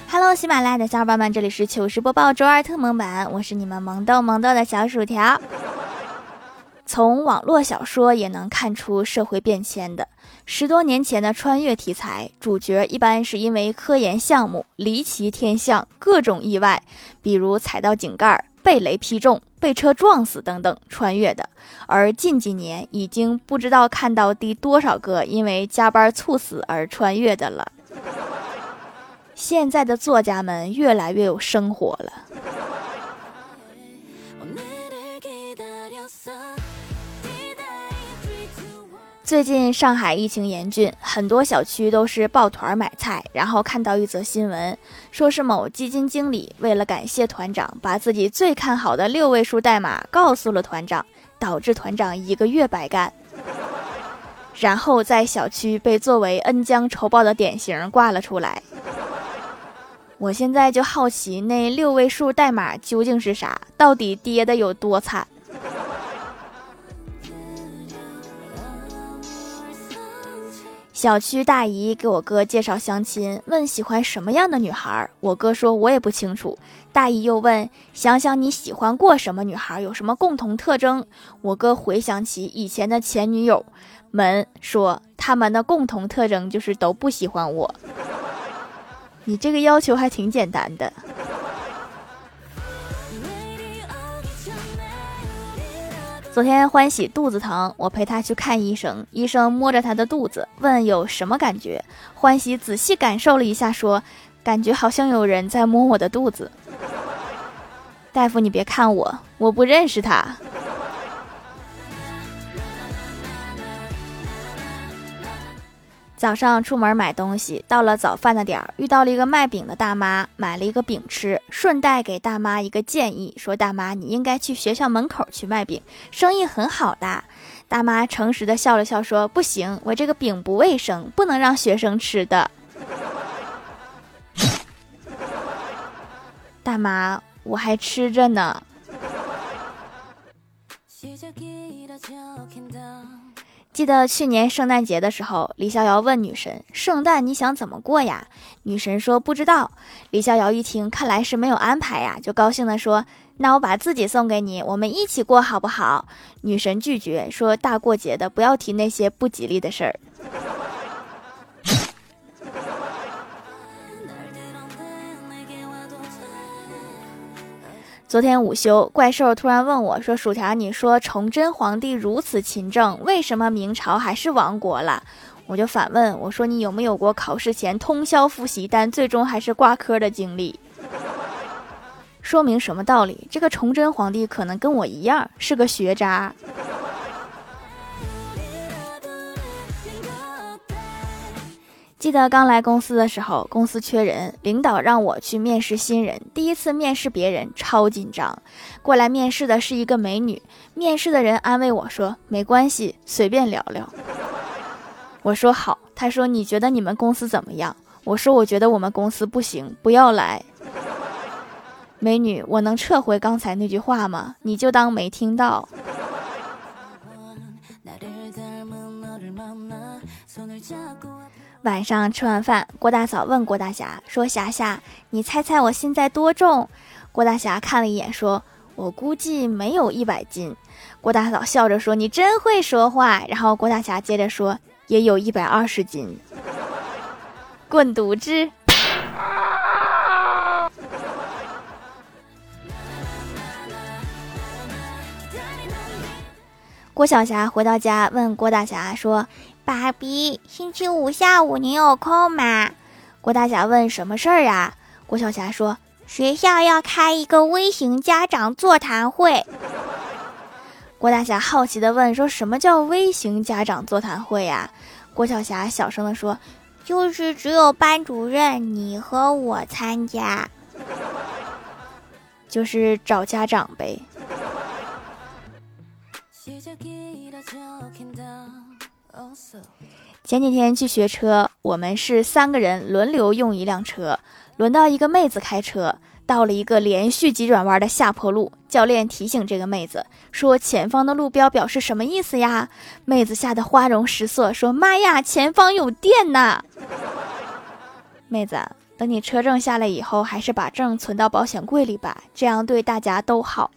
Hello， 喜马拉雅的小伙伴们，这里是糗事播报周二特蒙版，我是你们萌豆萌豆的小薯条。从网络小说也能看出社会变迁的。10多年前的穿越题材，主角一般是因为科研项目离奇天象、各种意外，比如踩到井盖、被雷劈中、被车撞死等等穿越的。而近几年已经不知道看到第多少个因为加班猝死而穿越的了。现在的作家们越来越有生活了。最近上海疫情严峻，很多小区都是抱团买菜，然后看到一则新闻，说是某基金经理为了感谢团长，把自己最看好的6位数代码告诉了团长，导致团长1个月白干，然后在小区被作为恩将仇报的典型挂了出来。我现在就好奇那6位数代码究竟是啥，到底跌的有多惨。小区大姨给我哥介绍相亲，问喜欢什么样的女孩，我哥说我也不清楚。大姨又问想想你喜欢过什么女孩，有什么共同特征，我哥回想起以前的前女友们，说他们的共同特征就是都不喜欢我。你这个要求还挺简单的。昨天欢喜肚子疼，我陪他去看医生，医生摸着他的肚子问有什么感觉，欢喜仔细感受了一下，说感觉好像有人在摸我的肚子。大夫你别看我，我不认识他。早上出门买东西，到了早饭的点儿，遇到了一个卖饼的大妈，买了一个饼吃，顺带给大妈一个建议，说大妈你应该去学校门口去卖饼，生意很好的。大妈诚实的笑了笑说不行，我这个饼不卫生，不能让学生吃的。大妈我还吃着呢。记得去年圣诞节的时候，李逍遥问女神圣诞你想怎么过呀，女神说不知道。李逍遥一听看来是没有安排呀，就高兴地说那我把自己送给你，我们一起过好不好。女神拒绝说大过节的不要提那些不吉利的事儿。昨天午休，怪兽突然问我说薯条你说崇祯皇帝如此勤政，为什么明朝还是亡国了？我就反问我说你有没有过考试前通宵复习但最终还是挂科的经历？说明什么道理？这个崇祯皇帝可能跟我一样是个学渣。记得刚来公司的时候，公司缺人，领导让我去面试新人，第一次面试别人，超紧张。过来面试的是一个美女，面试的人安慰我说没关系，随便聊聊。我说好，他说你觉得你们公司怎么样？我说我觉得我们公司不行，不要来。美女，我能撤回刚才那句话吗？你就当没听到。晚上吃完饭，郭大嫂问郭大侠说霞霞你猜猜我现在多重？郭大侠看了一眼说我估计没有100斤。郭大嫂笑着说你真会说话。然后郭大侠接着说也有120斤。滚犊子。郭晓霞回到家问郭大侠说爸比，星期5下午你有空吗？郭大侠问什么事儿呀？郭晓霞说学校要开一个微型家长座谈会。郭大侠好奇地问说什么叫微型家长座谈会呀？郭晓霞小声地说就是只有班主任你和我参加，就是找家长呗。前几天去学车，我们是3个人轮流用一辆车，轮到一个妹子开车，到了一个连续急转弯的下坡路，教练提醒这个妹子说前方的路标表示什么意思呀？妹子吓得花容失色说妈呀，前方有电呐。妹子等你车证下来以后，还是把证存到保险柜里吧，这样对大家都好。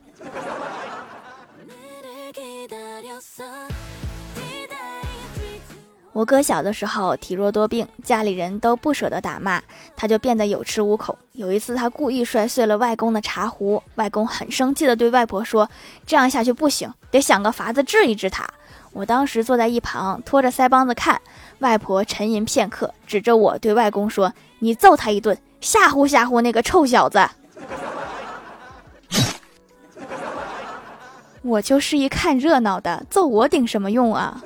我哥小的时候体弱多病，家里人都不舍得打骂，他就变得有恃无恐。有一次他故意摔碎了外公的茶壶，外公很生气地对外婆说，这样下去不行，得想个法子治一治他。我当时坐在一旁拖着腮帮子看，外婆沉吟片刻，指着我对外公说，你揍他一顿，吓唬吓唬那个臭小子。我就是一看热闹的，揍我顶什么用啊。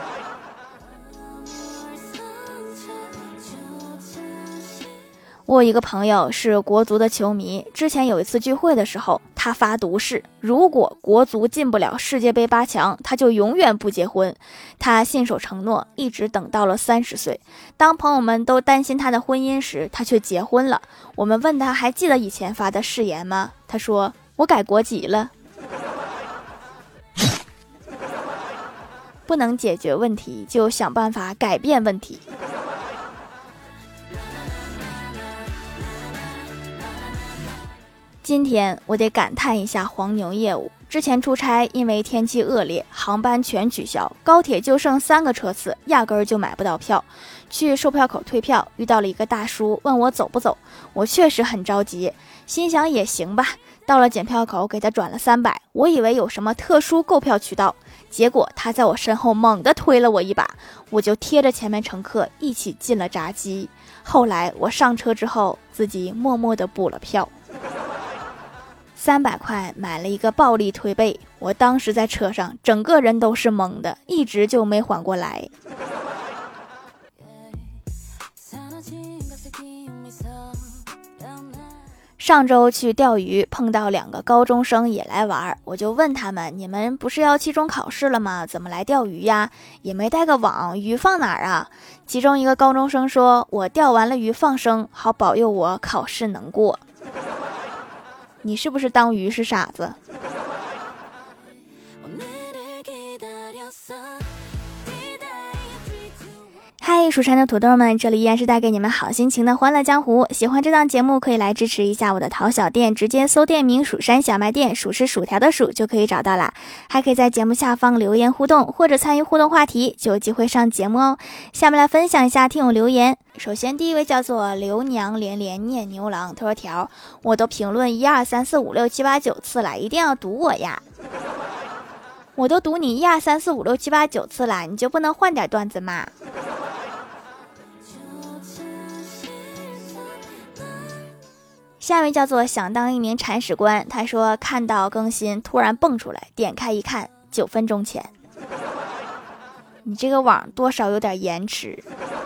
我有一个朋友是国足的球迷，之前有一次聚会的时候，他发毒誓，如果国足进不了世界杯8强，他就永远不结婚。他信守承诺，一直等到了30岁。当朋友们都担心他的婚姻时，他却结婚了。我们问他还记得以前发的誓言吗？他说，我改国籍了。不能解决问题，就想办法改变问题。今天我得感叹一下黄牛业务。之前出差，因为天气恶劣，航班全取消，高铁就剩3个车次，压根儿就买不到票。去售票口退票，遇到了一个大叔，问我走不走。我确实很着急，心想也行吧。到了检票口，给他转了300，我以为有什么特殊购票渠道，结果他在我身后猛地推了我一把，我就贴着前面乘客一起进了闸机。后来我上车之后，自己默默地补了票。300块买了一个暴力推背，我当时在车上整个人都是懵的，一直就没缓过来。上周去钓鱼，碰到2个高中生也来玩，我就问他们，你们不是要期中考试了吗？怎么来钓鱼呀？也没带个网，鱼放哪儿啊？其中一个高中生说，我钓完了鱼放生，好保佑我考试能过。你是不是当鱼是傻子？嗨，蜀山的土豆们，这里依然是带给你们好心情的欢乐江湖。喜欢这档节目可以来支持一下我的淘小店，直接搜店名蜀山小卖店，蜀是薯条的蜀就可以找到啦。还可以在节目下方留言互动，或者参与互动话题，就有机会上节目哦。下面来分享一下听友留言。首先第一位叫做刘娘连连念牛郎，他说条，我都评论1、2、3、4、5、6、7、8、9次了，一定要读我呀。我都读你1、2、3、4、5、6、7、8、9次了，你就不能换点段子吗？下一位叫做想当一名铲屎官，他说看到更新突然蹦出来，点开一看9分钟前。你这个网多少有点延迟。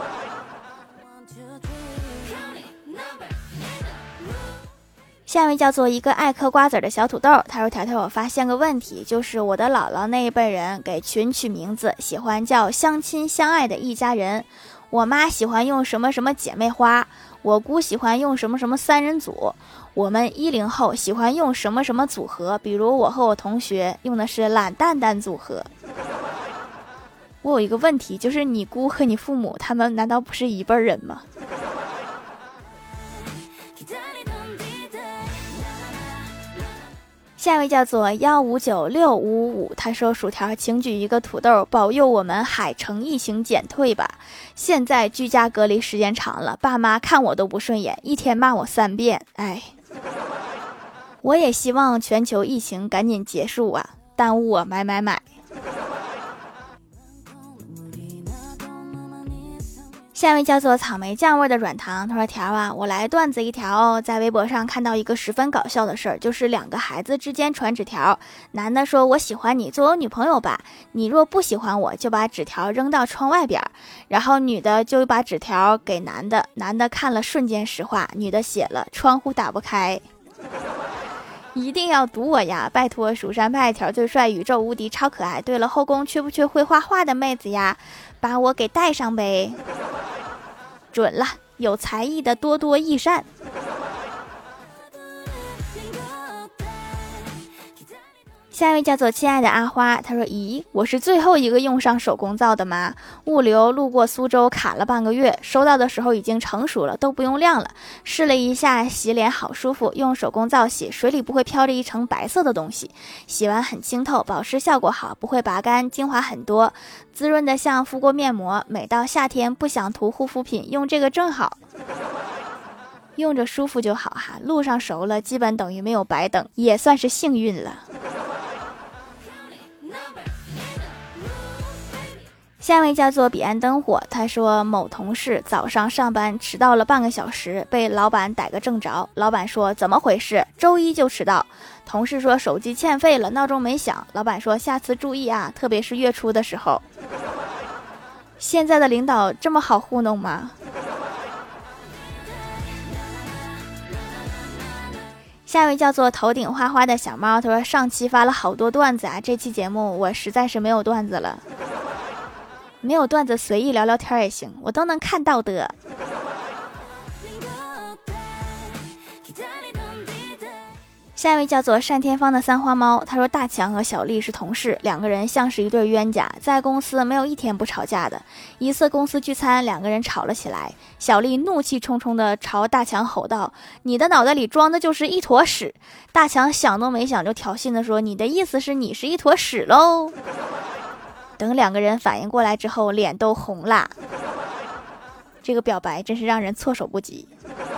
下一位叫做一个爱嗑瓜子的小土豆，他说条条，我发现个问题，就是我的姥姥那一辈人给群取名字喜欢叫相亲相爱的一家人，我妈喜欢用什么什么姐妹花，我姑喜欢用什么什么3人组，我们10后喜欢用什么什么组合，比如我和我同学用的是懒蛋蛋组合。我有一个问题，就是你姑和你父母他们难道不是一辈人吗？下一位叫做159655，他说薯条，请举一个土豆，保佑我们海城疫情减退吧。现在居家隔离时间长了，爸妈看我都不顺眼，一天骂我3遍。哎，我也希望全球疫情赶紧结束啊，耽误我买。下一位叫做草莓酱味的软糖，他说条啊，我来段子一条哦。在微博上看到一个十分搞笑的事儿，就是2个孩子之间传纸条，男的说我喜欢你，做我女朋友吧，你若不喜欢我就把纸条扔到窗外边，然后女的就把纸条给男的，男的看了瞬间石化，女的写了窗户打不开。一定要读我呀，拜托，蜀山派条最帅，宇宙无敌超可爱，对了，后宫缺不缺会画画的妹子呀，把我给带上呗。准了，有才艺的多多益善。 下一位叫做亲爱的阿花，他说咦，我是最后一个用上手工皂的吗？物流路过苏州卡了半个月，收到的时候已经成熟了，都不用晾了。试了一下，洗脸好舒服，用手工皂洗，水里不会飘着一层白色的东西，洗完很清透，保湿效果好，不会拔干，精华很多，滋润的像敷过面膜。每到夏天不想涂护肤品，用这个正好。用着舒服就好哈，路上熟了，基本等于没有白等，也算是幸运了。下一位叫做彼岸灯火，他说某同事早上上班迟到了半个小时，被老板逮个正着。老板说怎么回事？周一就迟到。同事说手机欠费了，闹钟没响。老板说下次注意啊，特别是月初的时候。现在的领导这么好糊弄吗？下一位叫做头顶花花的小猫，他说上期发了好多段子啊，这期节目我实在是没有段子了。没有段子随意聊聊天也行，我都能看到的。下一位叫做单天芳的三花猫，他说大强和小丽是同事，两个人像是一对冤家，在公司没有一天不吵架的。一次公司聚餐，两个人吵了起来，小丽怒气冲冲地朝大强吼道：你的脑袋里装的就是一坨屎。大强想都没想就挑衅地说：你的意思是你是一坨屎喽？等两个人反应过来之后，脸都红了。这个表白真是让人措手不及。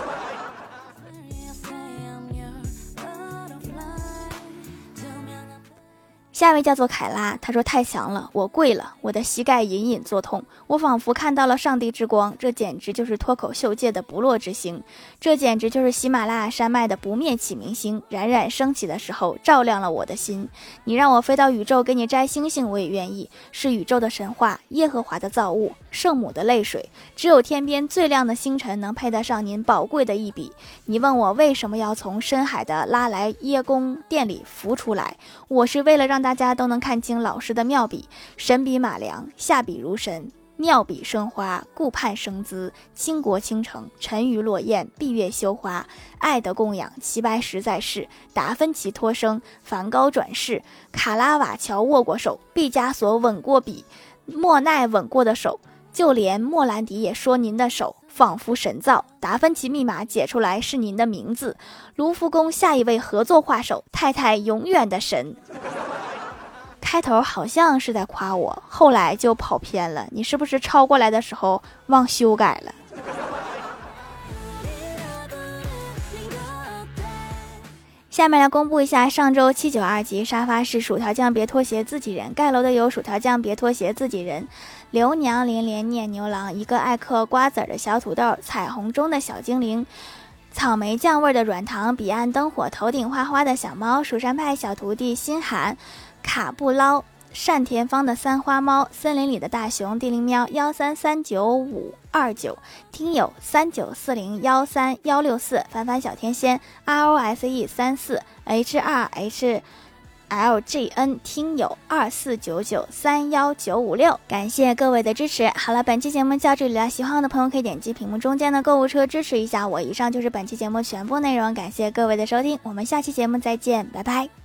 下一位叫做凯拉，他说太强了，我跪了，我的膝盖隐隐作痛，我仿佛看到了上帝之光，这简直就是脱口秀界的不落之星，这简直就是喜马拉雅山脉的不灭启明星，冉冉升起的时候照亮了我的心，你让我飞到宇宙给你摘星星我也愿意，是宇宙的神话，耶和华的造物，圣母的泪水，只有天边最亮的星辰能配得上您宝贵的一笔。你问我为什么要从深海的拉莱耶宫殿里浮出来，我是为了让大家都能看清老师的妙笔，神笔马良，下笔如神，妙笔生花，顾盼生姿，倾国倾城，沉鱼落雁，闭月羞花，爱的供养，齐白石在世，达芬奇托生，梵高转世，卡拉瓦乔握过手，毕加索吻过笔，莫奈吻过的手，就连莫兰迪也说您的手仿佛神造，达芬奇密码解出来是您的名字，卢浮宫下一位合作画手，太太永远的神。开头好像是在夸我，后来就跑偏了，你是不是抄过来的时候忘修改了？下面来公布一下上周792集，沙发是薯条酱别拖鞋自己人，盖楼的有薯条酱别拖鞋自己人，刘娘连连念牛郎，一个爱嗑瓜子的小土豆，彩虹中的小精灵，草莓酱味的软糖，彼岸灯火，头顶花花的小猫，蜀山派小徒弟心寒，卡布捞，单田芳的三花猫，森林里的大熊，地灵喵1339529，听友3940136164，凡凡小天仙 ROSE34H2HLGN， 听友249931956，感谢各位的支持。好了，本期节目就到这里了，喜欢我的朋友可以点击屏幕中间的购物车支持一下我。以上就是本期节目全部内容，感谢各位的收听，我们下期节目再见，拜拜。